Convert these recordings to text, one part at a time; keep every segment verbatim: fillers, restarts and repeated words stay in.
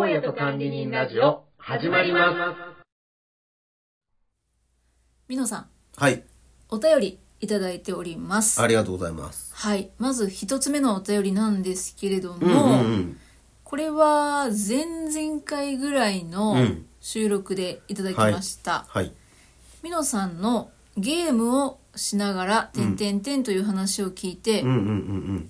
大家と管理人ラジオ始まります。 みのさん、 はい、 お便りいただいております。 ありがとうございます。 はい、まず一つ目のお便りなんですけれども、 うんうんうん、 これは前々回ぐらいの収録でいただきました。 はいはい、 みのさんのゲームをしながら点々点という話を聞いて、 うんうんうんうん、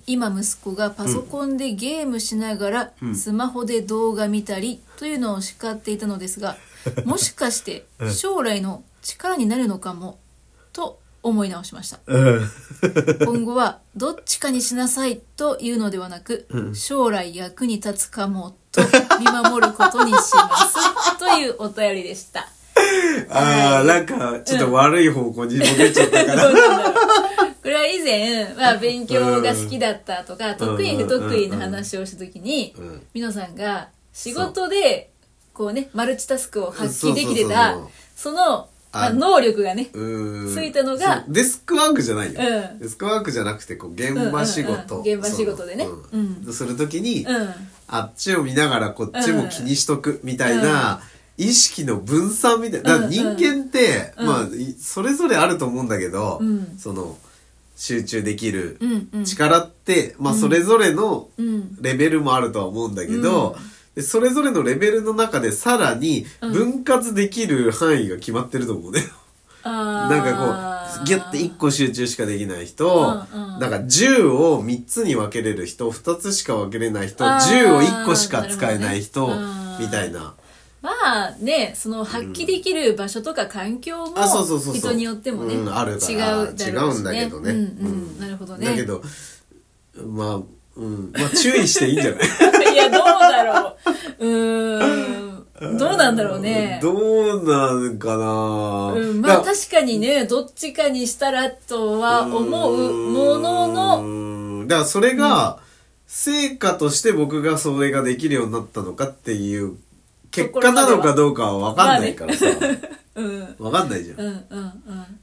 今息子がパソコンでゲームしながらスマホで動画見たりというのを叱っていたのですが、もしかして将来の力になるのかもと思い直しました。今後はどっちかにしなさいというのではなく、将来役に立つかもと見守ることにしますというお便りでした。 ああ、なんかちょっと悪い方向に戻っちゃったから、うん、 これは以前、まあ、勉強が好きだったとか、うん、得意不得意の話をした時に、うん、みのさんが仕事でこうねマルチタスクを発揮できてたその、まあ、能力がねついたのがデスクワークじゃないよ、うん、デスクワークじゃなくてこう現場仕事、 うんうんうん、現場仕事でね、 うんうん、する時に、うん、あっちを見ながらこっちも気にしとくみたいな、うん意識の分散みたいな。だから人間って、うんうん、まあ、それぞれあると思うんだけど、うん、その、集中できる力って、うんうん、まあ、それぞれのレベルもあるとは思うんだけど、うん、それぞれのレベルの中でさらに分割できる範囲が決まってると思うね。うん、なんかこう、ギュッていっこ集中しかできない人、うんうん、なんかじゅうをみっつに分けれる人、ふたつしか分けれない人、じゅうをいっこしか使えない人、みたいな。 まあね、その発揮できる場所とか環境も人によってもね、 うん、あるから違うだろうし、ね、 違うんだけどね。 うんうん、なるほどね。 だけど、まあ、うん、まあ注意していいんじゃないいや、どうだろう。うーん、どうなんだろうね。 どうなんかな、 うん、まあ確かにね、どっちかにしたらとは思うものの、 だからそれが、成果として僕がそれができるようになったのかっていう、結果なのかどうかは分かんないからさ、まあねうん、分かんないじゃん、うんうんうん、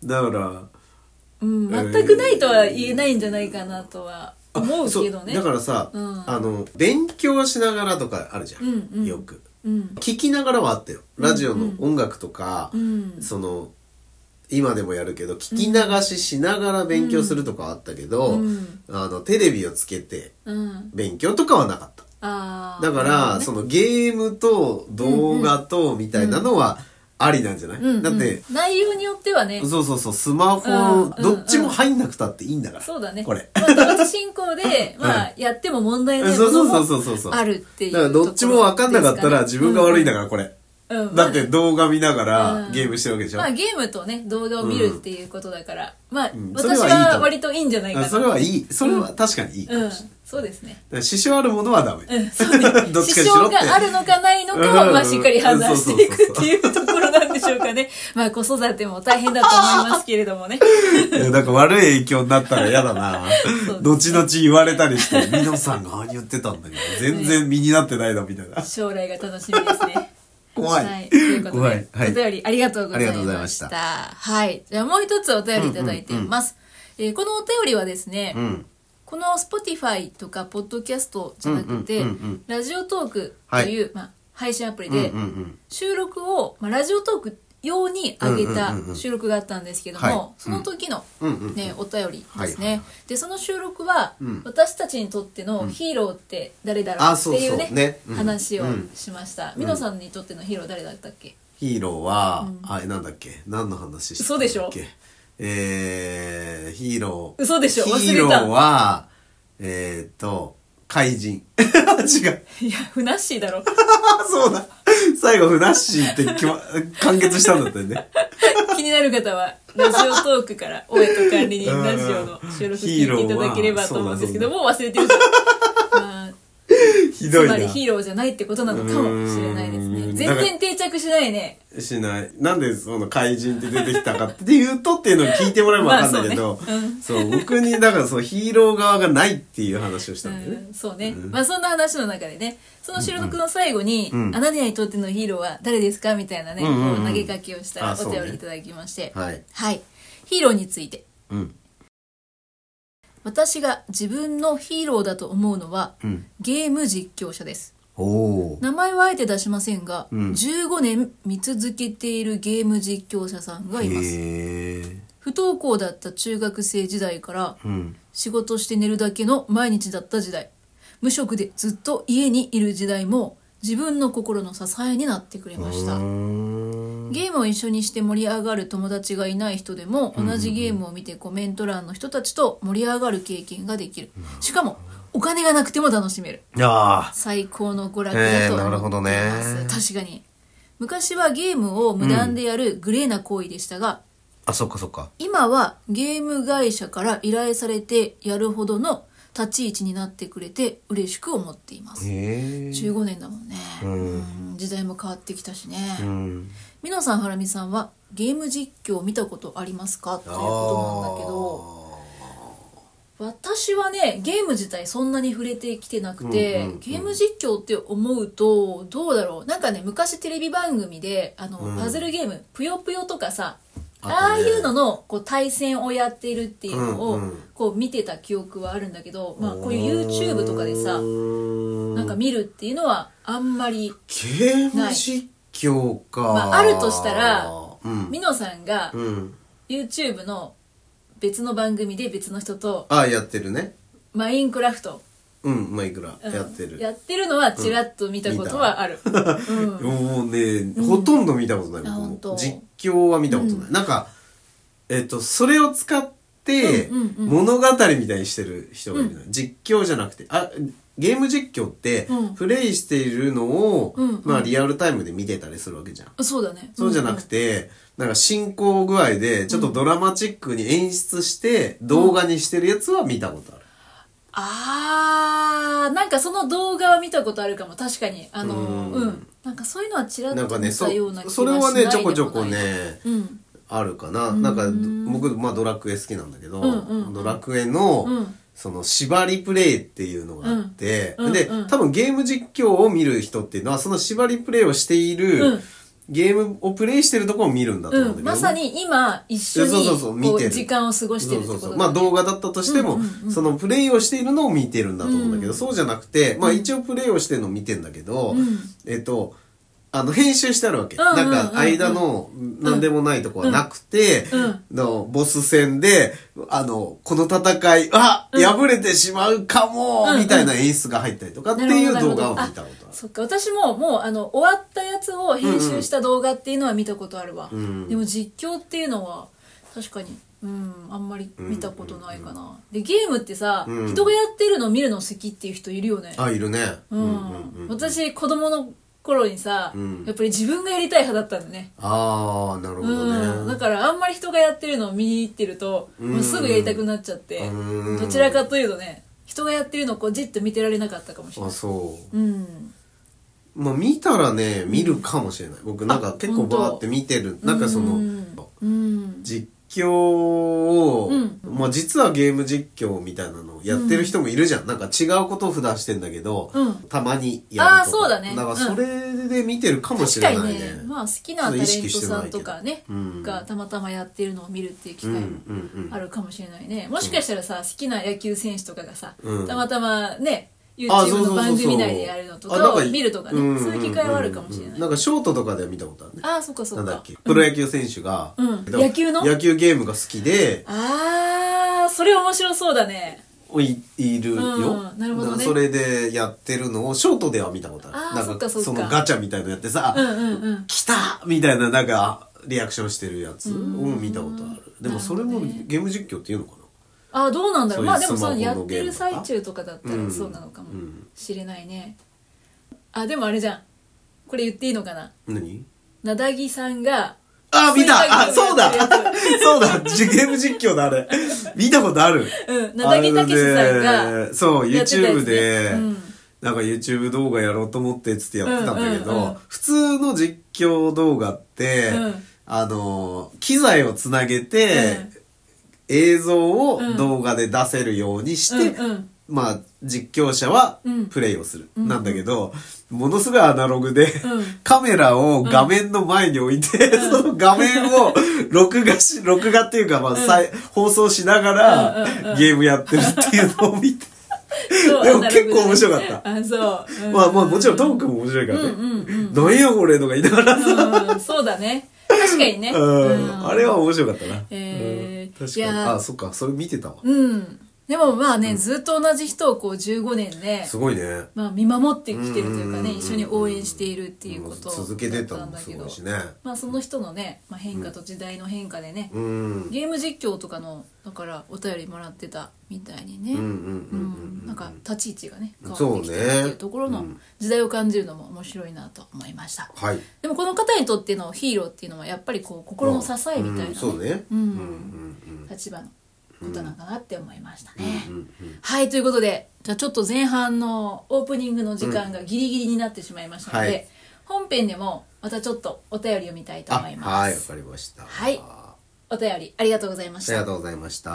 だから、 うん、全くないとは言えないんじゃないかなとは思うけどね。 だからさ、うん、あの勉強しながらとかあるじゃん、うんうん、よく、うん、聞きながらはあったよ、ラジオの音楽とか、うんうん、その今でもやるけど聞き流ししながら勉強するとかあったけど、うん、あのテレビをつけて勉強とかはなかった、あだから、ね、そのゲームと動画とみたいなのはありなんじゃない、うんうん、だって内容によってはねそうそうそうスマホ、うん、どっちも入んなくたっていいんだから、 そうだねこれ、 まあ、同時進行で、まあ、やっても問題ないものもあるっていうだからどっちも分かんなかったら自分が悪いんだからこれ、うんうん、だって動画見ながらゲームしてるわけでしょ、 まあゲームとね動画を見るっていうことだから、うん、まあ、うん、私は割といいんじゃないかな。 それはいいそれは確かにいいかもしれない、うん、 そうですね。 支障あるものはダメ、 うん、そうねどっちかしろって支障があるのかないのかを、まあ、しっかり判断していくっていうところなんでしょうかね。まあ子育ても大変だと思いますけれどもねなんか悪い影響になったら嫌だな後々言われたりしてみのさんがああ言ってたんだけど全然身になってないなみたいな、 将来が楽しみですね怖い、 はい、ということで、 はい、 お便りありがとうございました。ありがとうございました。はい。じゃあもう一つお便りいただいています。うんうんうんえー、このお便りはですね、うん、この Spotify とか Podcast じゃなくて、うんうんうんうん、ラジオトークという、はいまあ、配信アプリで、うんうんうん、収録を、まあ、ラジオトーク用に上げた収録があったんですけども、うんうんうんうん、その時の、ねうん、お便りですね、はいはい、でその収録は、うん、私たちにとってのヒーローって誰だろうっていう ね,、うん、そうそうねうん、話をしました。みのさんにとってのヒーロー誰だったっけ？ ヒーローは、うん、あれなんだっけ何の話してたんだっけ？嘘でしょ？えー、ヒーロー嘘でしょ？忘れた。 ヒーローはえー、っと怪人違ういやフナッシーだろそうだ最後フナッシーって完結したんだったよね気になる方はラジオトークから大江戸管理人ラジオの収録聞いていただければと思うんですけどもう忘れてるじゃん、まあ、 ひどいな。 つまりヒーローじゃないってことなのかもしれないですね。全然定着しないね。 しない。なんでその怪人って出てきたかっていうとっていうのを聞いてもらえば分かんないけど、まあそうねうん、そう僕にだからそうヒーロー側がないっていう話をしたんだよね。 うん、そうね、うん。まあそんな話の中でね、その収録の最後に、うんうん、あなたにとってのヒーローは誰ですかみたいなね、うんうんうん、投げかけをしたお便りいただきまして、 はい、 はい、ヒーローについて。 うん私が自分のヒーローだと思うのは、うん、ゲーム実況者です。 お名前はあえて出しませんが、 うん、 じゅうごねん見続けているゲーム実況者さんがいます。 へー。 不登校だった中学生時代から、 うん、 仕事して寝るだけの毎日だった時代、無職でずっと家にいる時代も自分の心の支えになってくれました。ゲームを一緒にして盛り上がる友達がいない人でも、同じゲームを見てコメント欄の人たちと盛り上がる経験ができる。しかもお金がなくても楽しめる。 あ最高の娯楽だと思っています。 なるほどね。 確かに昔はゲームを無断でやるグレーな行為でしたが、 うん、あ、そっかそっか。 今はゲーム会社から依頼されてやるほどの立ち位置になってくれて嬉しく思っています。 へー。 じゅうごねんだもんね、 うん、 うん時代も変わってきたしね。 うん、 みのさん、はらみさんはゲーム実況を見たことありますかということなんだけど、私はねゲーム自体そんなに触れてきてなくて、うんうんうん、ゲーム実況って思うとどうだろう。なんかね昔テレビ番組であの、うん、パズルゲームぷよぷよとかさ、あ, ああいうののこう対戦をやっているっていうのを、うんうん、こう見てた記憶はあるんだけど、まあ、こういう YouTube とかでさなんか見るっていうのはあんまりない。 ゲーム実況か、 まあ、あるとしたら、 うん、 みのさんが YouTube の別の番組で別の人とあやってるねマインクラフトうんマインクラやってる、 うん、やってるのはちらっと見たことはある、 うん、もうね、うん、ほとんど見たことない、僕も実況は見たことない、うん、なんかえっとそれを使って物語みたいにしてる人がいるの、うん、実況じゃなくてあゲーム実況ってプレイしているのを、うん、まあリアルタイムで見てたりするわけじゃん、 うん、そうだね。 そうじゃなくて、うんなんか進行具合でちょっとドラマチックに演出して動画にしてるやつは見たことある、うん、 あーなんかその動画は見たことあるかも。確かにあのうん、うん、なんかそういうのはちらっと見たような気がしないでもない。 それはねちょこちょこね、うん、あるかな。 うんなんか僕、まあ、ドラクエ好きなんだけど、 うんうんうん、 ドラクエの、うんその縛りプレイっていうのがあって、うんうんうん、で多分ゲーム実況を見る人っていうのはその縛りプレイをしている、うんゲームをプレイしてるところを見るんだと思うんだけど、 うん、まさに今一緒にこう時間を過ごしてるってことだね。 まあ動画だったとしても、うんうんうん、そのプレイをしているのを見てるんだと思うんだけど、うん、そうじゃなくて、まあ一応プレイをしてるのを見てんだけど、うん、えっとあの編集してあるわけ、うんうんうんうん、なんか間の何でもないとこはなくて、うんうん、のボス戦であのこの戦いあ、うん、敗れてしまうかも、うんうん、みたいな演出が入ったりとかっていう動画を見たことある。 そっか私ももうあの終わったやつを編集した動画っていうのは見たことあるわ、うんうん、でも実況っていうのは確かにうんあんまり見たことないかな、うんうんうん、でゲームってさ、うん、人がやってるのを見るの好きっていう人いるよね。 あいるね、 うんうんうんうん、私子供の頃にさ、うん、やっぱり自分がやりたい派だったんだね。 ああなるほどね、 うん、だからあんまり人がやってるのを見に行ってると、うん、もうすぐやりたくなっちゃって、うん、どちらかというとね人がやってるのをこうじっと見てられなかったかもしれない。 あそう、 うんまあ見たらね見るかもしれない、僕なんか結構バーって見てる、なんかその、うん、実況を、うん、まあ実はゲーム実況みたいなのをやってる人もいるじゃん、うん、なんか違うことを普段してんだけど、うん、たまにやるとか。 あそうだね。 だからそれで見てるかもしれないね。 確かにね、まあ好きなタレントさんとかね、うん、がたまたまやってるのを見るっていう機会もあるかもしれないね。もしかしたらさ好きな野球選手とかがさ、うん、たまたまねYouTube の番組内でやるのとかを見るとかね、うんうんうん、そういう機会はあるかもしれない、うん、 なんかショートとかでは見たことあるね。 ああそっかそっか。 なんだっけプロ野球選手が、 うん、野球の野球ゲームが好きで、 ああそれ面白そうだね。 い, いるよ、 うん、なるほどね。 それでやってるのをショートでは見たことある。 あなんかそっかそっか。 そのガチャみたいのやってさ、 うんうんうん、 来たみたいななんかリアクションしてるやつを見たことある。でもそれもゲーム実況っていうのかな。 あどうなんだろう。まあでもそのやってる最中とかだったらそうなのかもしれないね、うんうん、あでもあれじゃんこれ言っていいのかな。 何なだぎさんがあ見たあそうだそうだゲーム実況だあれ見たことある。 うんなだぎたけしさんがそう YouTube で、うん、なんか YouTube 動画やろうと思ってつってやってたんだけど、うんうんうん、普通の実況動画って、うん、あの機材をつなげて、うん映像を動画で出せるようにして、うんうん、まあ実況者はプレイをする、うん、なんだけど、ものすごいアナログで、うん、カメラを画面の前に置いて、うん、その画面を録画し録画っていうかまあ、うん、放送しながら、うん、ゲームやってるっていうのを見てでも結構面白かった。 あ、そう。 うん、まあまあもちろんトークも面白いからね。うんうんうん、何やこれとか言いながらさ、うん。そうだね。確かにね。 うん、あれは面白かったな。 えー、 うん、確かに。あ、そっか、それ見てたわ。 うん。でもまあね、うん、ずっと同じ人をこうじゅうごねんね、 すごいね。 まあ見守ってきてるというかね、一緒に応援しているっていうことだったんだけど、 続けてたんだけど、 まあその人のね、まあ、変化と時代の変化でね、うん、ゲーム実況とかのだからお便りもらってたみたいにね、なんか立ち位置がね変わってきてるっていうところの時代を感じるのも面白いなと思いました。 はい、 でもこの方にとってのヒーローっていうのはやっぱりこう心の支えみたいなね、 そうね、 立場のことなんだなって思いましたね、うんうんうん、はいということでじゃあちょっと前半のオープニングの時間がギリギリになってしまいましたので、うんはい、本編でもまたちょっとお便りを見たいと思います。 はい、わかりました。 はい、お便りありがとうございました。 ありがとうございました。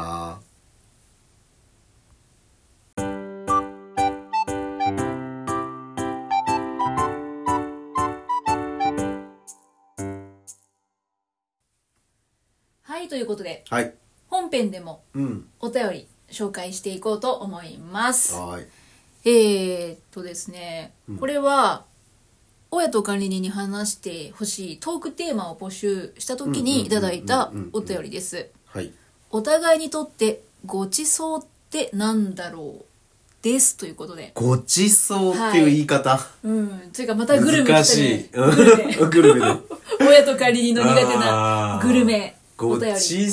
はいということで、 はい、 本編でもお便り紹介していこうと思います、 うん、はいえー、っとですね、うん、これは親と管理人に話してほしいトークテーマを募集した時にいただいたお便りです。お互いにとってごちそうってなんだろうですということで、 ごちそうっていう言い方、はい、 うんというかまたグルメ来たね、 難しいグルメグルメね親と管理人の苦手なグルメごち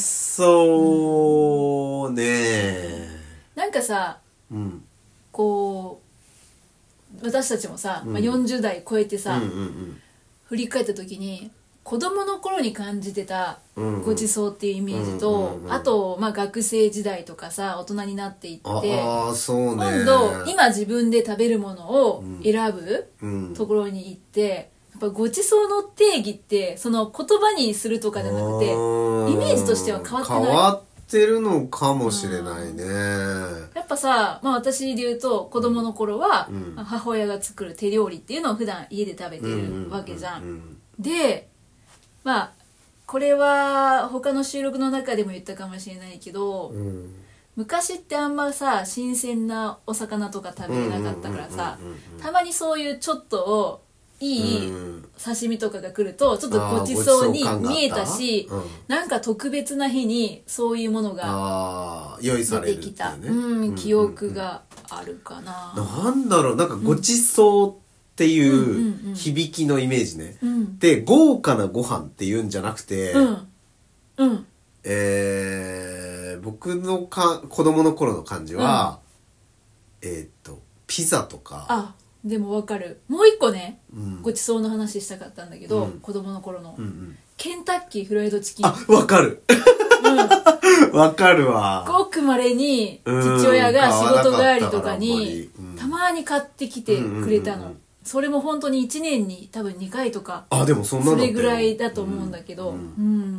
そうね、 うん、なんかさ、うん、こう私たちもさ、うんまあ、よんじゅう代超えてさ、うんうんうん、振り返った時に子供の頃に感じてたごちそうっていうイメージと、うんうんうん、あと、まあ、学生時代とかさ大人になっていってあそうね、 今度今自分で食べるものを選ぶところに行って、うんうんやっぱごちそうの定義ってその言葉にするとかじゃなくてイメージとしては変わってない。 変わってるのかもしれないね。 やっぱさ、まあ、私で言うと子供の頃は、うん、母親が作る手料理っていうのを普段家で食べてるわけじゃん。うんうんうんうん、でまあこれは他の収録の中でも言ったかもしれないけど、うん、昔ってあんまさ新鮮なお魚とか食べれなかったからさ、たまにそういうちょっとをいい刺身とかが来るとちょっとごちそうに見えたし、うん、なんか特別な日にそういうものが出てきた、ねうん、記憶があるかな。 なんだろうなんかごちそうっていう響きのイメージね、うんうんうん、で豪華なご飯っていうんじゃなくて、うんうん、えー、僕のか子供の頃の感じは、うん、えー、っとピザとかあでも分かる。もう一個ね、うん、ごちそうの話したかったんだけど、うん、子供の頃の、うんうん、ケンタッキーフライドチキン。 あ、分かる分、うん、かるわ。 ごくまれに父親が仕事帰りとかに、うん、たまに買ってきてくれたの、うんうんうんうん、それも本当にいちねんに多分にかいとかあでもそんなのそれぐらいだと思うんだけど、うんうん、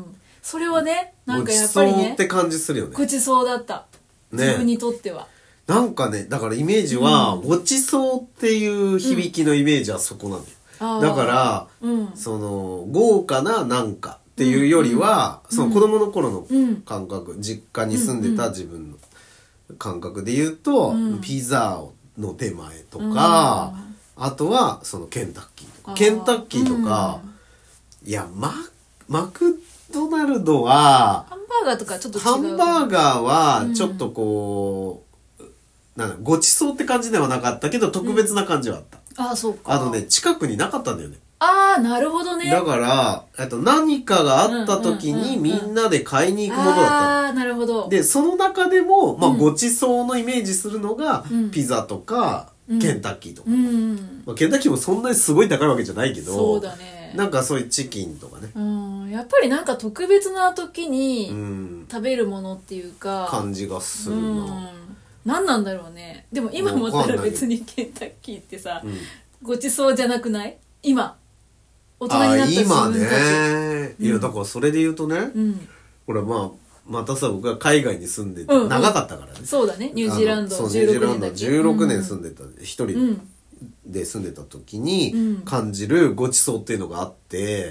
それはねなんかやっぱりねごちそうって感じするよね。 ごちそうだった、ね、自分にとってはなんかねだからイメージは、うん、ごちそうっていう響きのイメージはそこなんだよ、うん、だから、うん、その豪華ななんかっていうよりは、うん、その子供の頃の感覚、うん、実家に住んでた自分の感覚で言うと、うん、ピザの出前とか、うん、あとはそのケンタッキーとかケンタッキーとか、うん、いやママクドナルドはハンバーガーとかちょっと違う。 ハンバーガーはちょっとこう、うんなんかごちそうって感じではなかったけど特別な感じはあった、 うん、ああそうか。 あのね近くになかったんだよね。 ああなるほどね。 だからあと何かがあった時にみんなで買いに行くものだったの、 ああなるほど。 でその中でも、まあ、ごちそうのイメージするのが、うん、ピザとか、うん、ケンタッキーとか、うんまあ、ケンタッキーもそんなにすごい高いわけじゃないけどそうだねなんかそういうチキンとかね、 うん、やっぱりなんか特別な時に食べるものっていうか、 うん、感じがするな、うん何なんだろうね。でも今思ったら別にケンタッキーってさ、うん、ごちそうじゃなくない？今大人になった自分たち。あ今ね、 うん、いやだからそれで言うとね、うん、これまあまたさ僕が海外に住んでて、うんうん、長かったからね。 そうだねニュージーランドじゅうろくねんだっけ。じゅうろくねん住んでた、うん、一人で住んでた時に感じるごちそうっていうのがあって、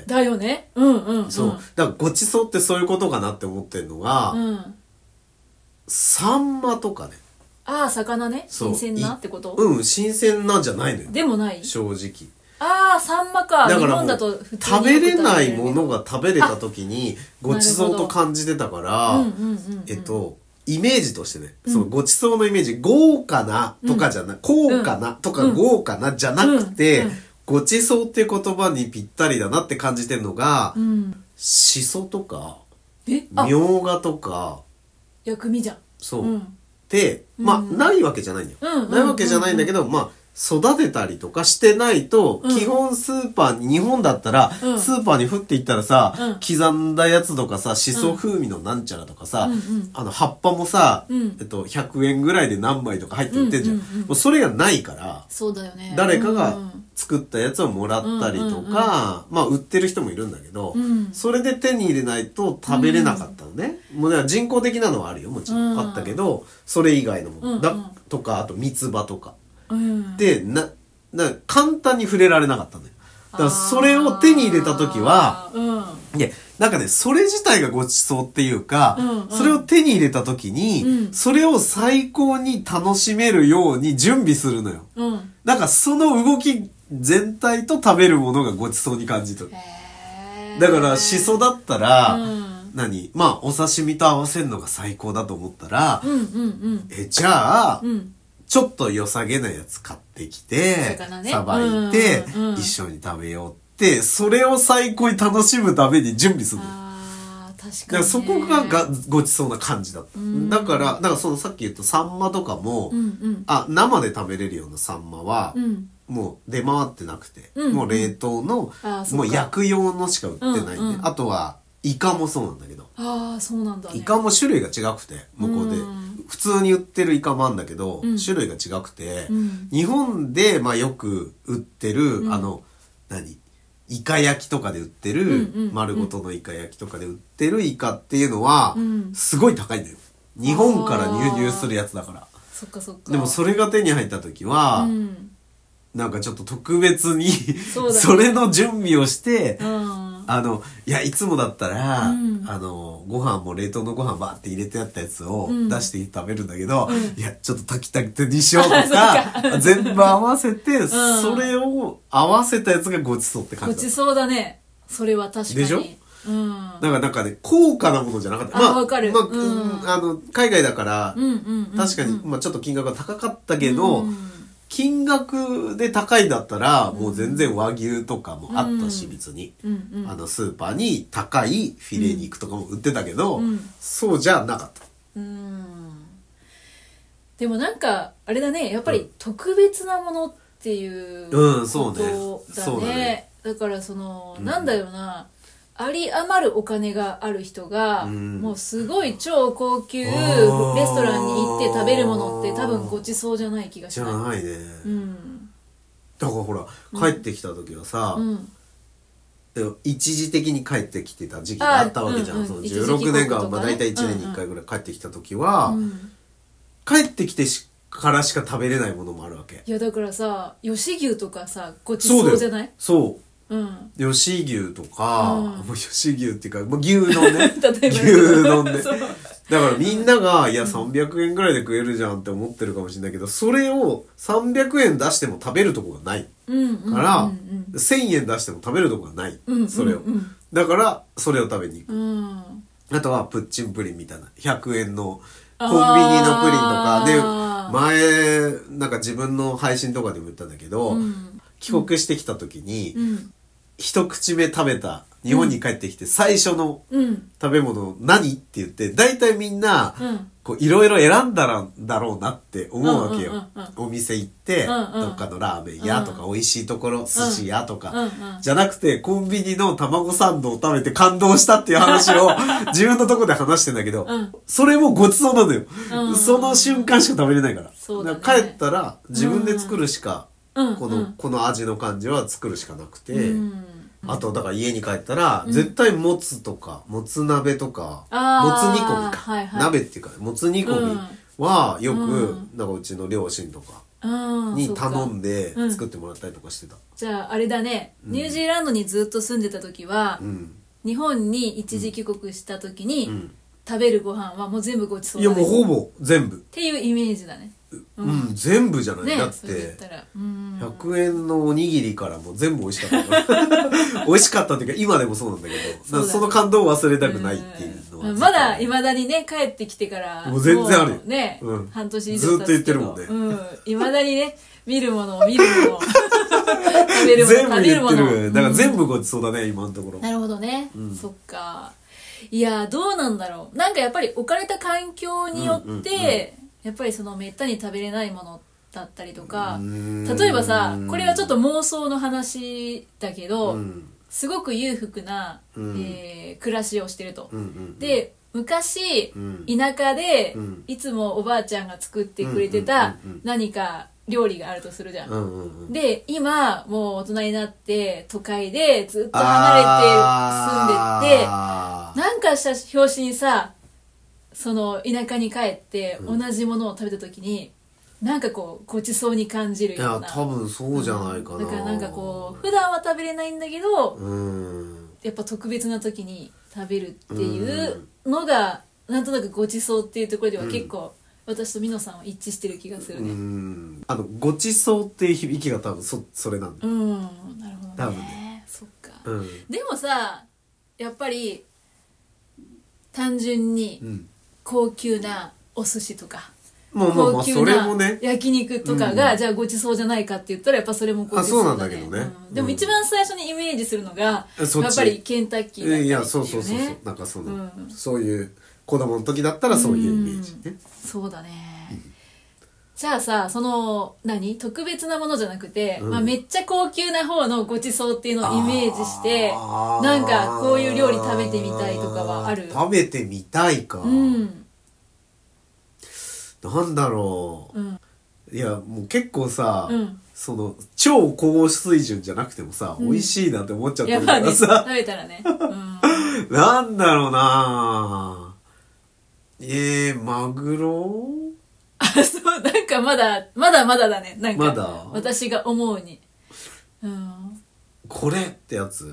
だよね。うんうん、うん、 そうだからごちそうってそういうことかなって思ってるのが、うん、サンマとかね。 ああ、魚ね。 そう新鮮なってこと？ うん、新鮮なんじゃないのよ。 でもない。 正直。 ああ、サンマか。 だからもう日本だと普通に食べれないよく食べるものが食べれた時にごちそうと感じてたから、 うんうんうんうん、 えっとイメージとしてね、うん、そのごちそうのイメージ、豪華なとかじゃな、うん、高価なとか豪華なじゃなくて、うんうんうん、ごちそうっていう言葉にぴったりだなって感じてるのが、うん、しそとかみょうがとか薬味じゃん。そう、うん、 でまあ、うん、ないわけじゃないんだよ、うんうんうんうん、ないわけじゃないんだけど、まあ育てたりとかしてないと、うん、基本スーパーに、日本だったら、うん、スーパーに降っていったらさ、うん、刻んだやつとかさ、しそ風味のなんちゃらとかさ、うん、あの葉っぱもさ、うん、えっと、ひゃくえんぐらいで何枚とか入って売ってんじゃん。うんうんうん、もうそれがないから、 そうだよね。 誰かが作ったやつをもらったりとか、まあ売ってる人もいるんだけど、うん、それで手に入れないと食べれなかったのね。うん、もう人工的なのはあるよ、もちろん。うん、あったけど、それ以外のもの、うん、だとか、あと三つ葉とか。うん、でなな簡単に触れられなかったんだよ。だからそれを手に入れた時は、うん、いやなんかねそれ自体がごちそうっていうか、うんうん、それを手に入れた時に、うん、それを最高に楽しめるように準備するのよ。うん、なんかその動き全体と食べるものがごちそうに感じてる。だからしそだったら、うん、何まあお刺身と合わせるのが最高だと思ったら、うんうんうん、えじゃあ、うんちょっと良さげなやつ買ってきて、さば、ね、いて、うんうん、一緒に食べようって、それを最高に楽しむために準備するの。 あ確かに、ね。 だからそこががごちそうな感じだった。うん、だから、だからそのさっき言ったサンマとかも、うんうん、あ、生で食べれるようなサンマは、うん、もう出回ってなくて、うんうん、もう冷凍の、もう焼く用のしか売ってないんで、うんうん、あとは、イカもそうなんだけど。 ああ、そうなんだ、ね。 イカも種類が違くて、向こうで。普通に売ってるイカもあるんだけど、うん、種類が違くて、うん、日本で、まあ、よく売ってる、うん、あの、何イカ焼きとかで売ってる、うんうん、丸ごとのイカ焼きとかで売ってるイカっていうのは、うん、すごい高いんだよ。日本から輸入するやつだから。 そっかそっか。 でもそれが手に入った時は、うん、なんかちょっと特別にそ、ね、それの準備をして、うんあの、いや、いつもだったら、うん、あの、ご飯も冷凍のご飯バーって入れてあったやつを出して食べるんだけど、うん、いや、ちょっと炊きたてにしようとか、全部合わせて、うん、それを合わせたやつがごちそうって感じだ。 ごちそうだね。それは確かに。 でしょうん。だからなんかね、高価なものじゃなかった。 まあ、わかる。 まあ、うん、あの、海外だから、うんうんうんうん、確かに、まあちょっと金額が高かったけど、うん金額で高いだったら、もう全然和牛とかもあったし、うん、別に、うんうん。あの、スーパーに高いフィレ肉とかも売ってたけど、うん、そうじゃなかった。うんでもなんか、あれだね、やっぱり特別なものっていうことだね。うん、そうね。だからその、うん、なんだよな、あり余るお金がある人が、うん、もうすごい超高級レストランに行って食べるものって多分ごちそうじゃない気がしない。 じゃないね。うん、だからほら、帰ってきた時はさ、うん、一時的に帰ってきてた時期があったわけじゃん。うんうん、そのじゅうろくねんかん、まあ大体いちねんにいっかいぐらい帰ってきた時は、うんうん、帰ってきてからしか食べれないものもあるわけ。 いやだからさ、吉牛とかさ、ごちそうじゃない？ そう。うん、吉牛とか、うん、もう吉牛っていうか、もう牛丼ね。牛丼ね。だからみんなが、いやさんびゃくえんぐらいで食えるじゃんって思ってるかもしれないけど、それをさんびゃくえん出しても食べるとこがない。から、せんえん出しても食べるとこがない。それを。だから、それを食べに行く。うん、あとは、プッチンプリンみたいな。ひゃくえんのコンビニのプリンとかで、前、なんか自分の配信とかでも言ったんだけど、うん、帰国してきた時に、うん一口目食べた日本に帰ってきて最初の食べ物何って言って大体みんなこういろいろ選んだらだろうなって思うわけよ。お店行ってどっかのラーメン屋とか美味しいところ寿司屋とかじゃなくてコンビニの卵サンドを食べて感動したっていう話を自分のとこで話してんだけどそれもごちそうなのよ。その瞬間しか食べれないから。だから帰ったら自分で作るしかこの、うん、この味の感じは作るしかなくて、うん、あとだから家に帰ったら、うん、絶対もつとかもつ鍋とかもつ煮込みか、はいはい、鍋っていうかもつ煮込みはよく、うん、なんかうちの両親とかに頼んで作ってもらったりとかしてた、うん、 じゃああれだね、ニュージーランドにずっと住んでた時は、うん、日本に一時帰国した時に、うん食べるご飯はもう全部ごちそういやもうほぼ全部っていうイメージだね。 うん、うん、全部じゃない、 ね、 だってそれ言ったらうんひゃくえんのおにぎりからもう全部美味しかった美味しかったっていうか今でもそうなんだけど そ, その感動を忘れたくないっていうのはまだいまだにね帰ってきてからもう全然あるよね、 うん、 半年以上経つけどずっと言ってるもんねいま、うん、だにね見るものを見るもの食べるもの食べるものだから全部ごちそうだね、うん、今のところ。 なるほどね、うん、そっか。いやどうなんだろう、なんかやっぱり置かれた環境によって、うんうんうん、やっぱりそのめったに食べれないものだったりとか、例えばさこれはちょっと妄想の話だけど、うん、すごく裕福な、うんえー、暮らしをしてると、うんうんうん、で昔、うん、田舎で、うん、いつもおばあちゃんが作ってくれてた何か料理があるとするじゃん、うんうんうん、で今もう大人になって都会でずっと離れて住んでってなんかした拍子にさその田舎に帰って同じものを食べた時に、うん、なんかこうごちそうに感じるような。 いや多分そうじゃないかな、 うん、だからなんかこう普段は食べれないんだけど、 うん、 やっぱ特別な時に食べるっていうのが、うん、なんとなくごちそうっていうところでは結構、うん、私とミノさんは一致してる気がするね。 うんあのごちそうっていう響きが多分 そ, それなんだよ。 うんなるほどね。 多分ねそっか、 うん、 でもさやっぱり単純に高級なお寿司とか、 まあまあまあそれもね焼肉とかが、うん、じゃあごちそうじゃないかって言ったらやっぱそれもごちそうだね。 あそうなんだけどね、 うん、でも一番最初にイメージするのが、うん、やっぱりケンタッキーだったりっていうね。 いやそうそうそうそうなんかその、うん、そういう子供の時だったらそういうイメージね、うん、 そうだね、うん、じゃあさその何特別なものじゃなくて、うんまあ、めっちゃ高級な方のごちそうっていうのをイメージしてなんかこういう料理食べてみたいとかはある？ 食べてみたいか、 うんなんだろう、うん、いやもう結構さ、うん、その超高水準じゃなくてもさ、うん、美味しいなって思っちゃったからさ、 まあね、食べたらね、うん、 なんだろうなえー、マグロあそうなんかまだまだまだだねなんかまだ私が思うに、うん、 これってやつ、 うん、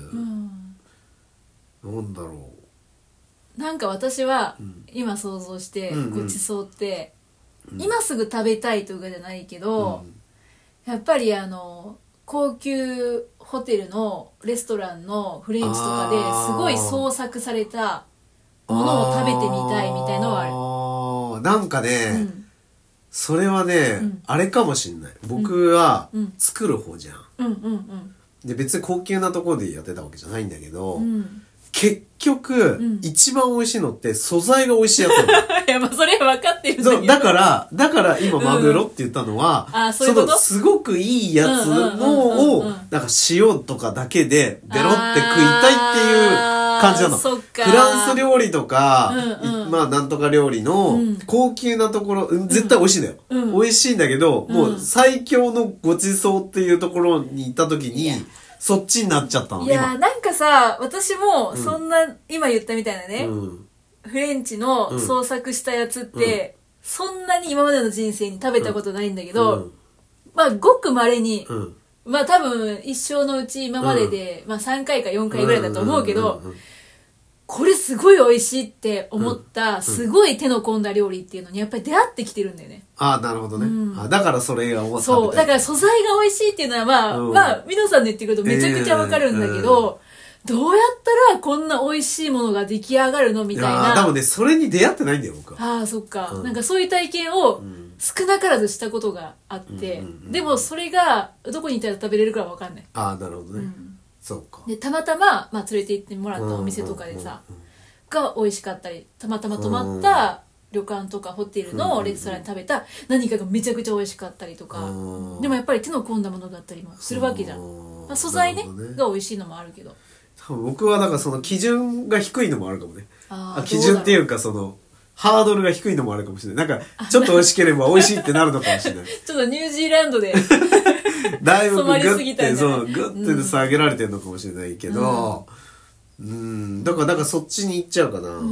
なんだろうなんか私は、うん、今想像して、うんうん、ごちそうって今すぐ食べたいとかじゃないけど、うん、やっぱりあの高級ホテルのレストランのフレンチとかですごい創作されたものを食べてみたいみたいのはある。 あなんかね、うん、それはね、うん、あれかもしんない。僕は作る方じゃん、 うんうんうん、 で別に高級なところでやってたわけじゃないんだけど、うん結局、うん、一番美味しいのって素材が美味しいやつなの。 いや、まあそれは分かってるんだけど。 そう、だから、だから今マグロって言ったのは、 うん、あそういうこと？ そのすごくいいやつのを、なんか塩とかだけでベロって食いたいっていう感じなの。 そっか。 フランス料理とか、うんうん、まあなんとか料理の高級なところ、うん、絶対美味しいんだよ、うん。美味しいんだけど、うん、もう最強のごちそうっていうところに行った時に、そっちになっちゃったの。 いやなんかさ私もそんな、うん、今言ったみたいなね、うん、フレンチの創作したやつって、うん、そんなに今までの人生に食べたことないんだけど、うん、まあごく稀に、うん、まあ多分一生のうち今までで、まあさんかいかよんかいぐらいだと思うけど、これすごい美味しいって思ったすごい手の込んだ料理っていうのにやっぱり出会ってきてるんだよね。 ああなるほどね、うん、あだからそれが思ったそうだから素材が美味しいっていうのはまあ、うん、まあミノさんの言ってくるとめちゃくちゃわかるんだけど、えー、どうやったらこんな美味しいものが出来上がるのみたいな。 いや多分ねそれに出会ってないんだよ僕は。 ああそっか、うん、なんかそういう体験を少なからずしたことがあって、うんうんうん、でもそれがどこにいたら食べれるかはわかんない。 ああなるほどね、うん、そうか。 でたまたま、まあ、連れて行ってもらったお店とかでさ、うんうんうんが美味しかったりたまたま泊まった旅館とかホテルのレストランで食べた何かがめちゃくちゃ美味しかったりとか、でもやっぱり手の込んだものだったりもするわけじゃん、まあ、素材ねが美味しいのもあるけど多分僕はだからその基準が低いのもあるかもね。あ基準っていうかそのハードルが低いのもあるかもしれない。なんかちょっと美味しければ美味しいってなるのかもしれないちょっとニュージーランドでだいぶグッてそうグッて下げられてるのかもしれないけど、うんうんだからだからそっちに行っちゃうかな、うん、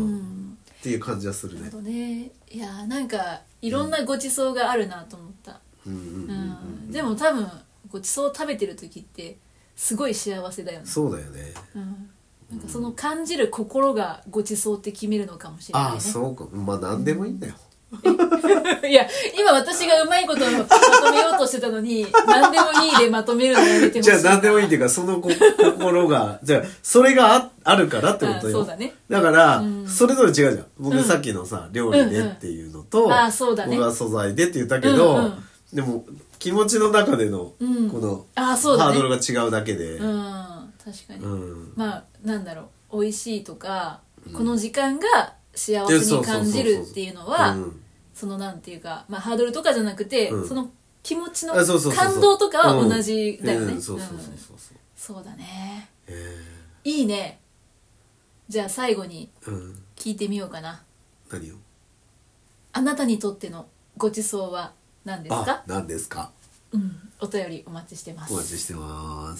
っていう感じはするね。 なるほどね。いやなんかいろんなごちそうがあるなと思った。でも多分ごちそう食べてる時ってすごい幸せだよね。 そうだよね。 うん、 なんかその感じる心がごちそうって決めるのかもしれないね。 ああそうか、まあ何でもいいんだよ。 いや今私がうまいことをまとめようとしてたのに何でもいいでまとめるのやめてほしい。 じゃあ何でもいいっていうかそのこ心がじゃあそれが あ, あるからってことよ。 そうだね。 だから、うん、それぞれ違うじゃん。僕さっきのさ、うん、料理でっていうのと、 うんうん、あそうだね、 僕は素材でって言ったけど、うんうん、でも気持ちの中での、うん、このあそうだ、ね、ハードルが違うだけで、 うん、確かに、うん、まあなんだろう美味しいとか、うん、この時間が幸せに感じるっていうのはそのなんていうか、まあ、ハードルとかじゃなくて、うん、その気持ちの感動とかは同じだよね。そうだね、えー、いいね。じゃあ最後に聞いてみようかな、 うん、何を。 あなたにとってのごちそうは何ですか。 あ、何ですか、 うん、お便りお待ちしてます。 お待ちしてます。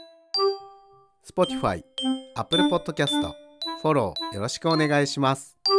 Spotify、Apple Podcast、フォローよろしくお願いします。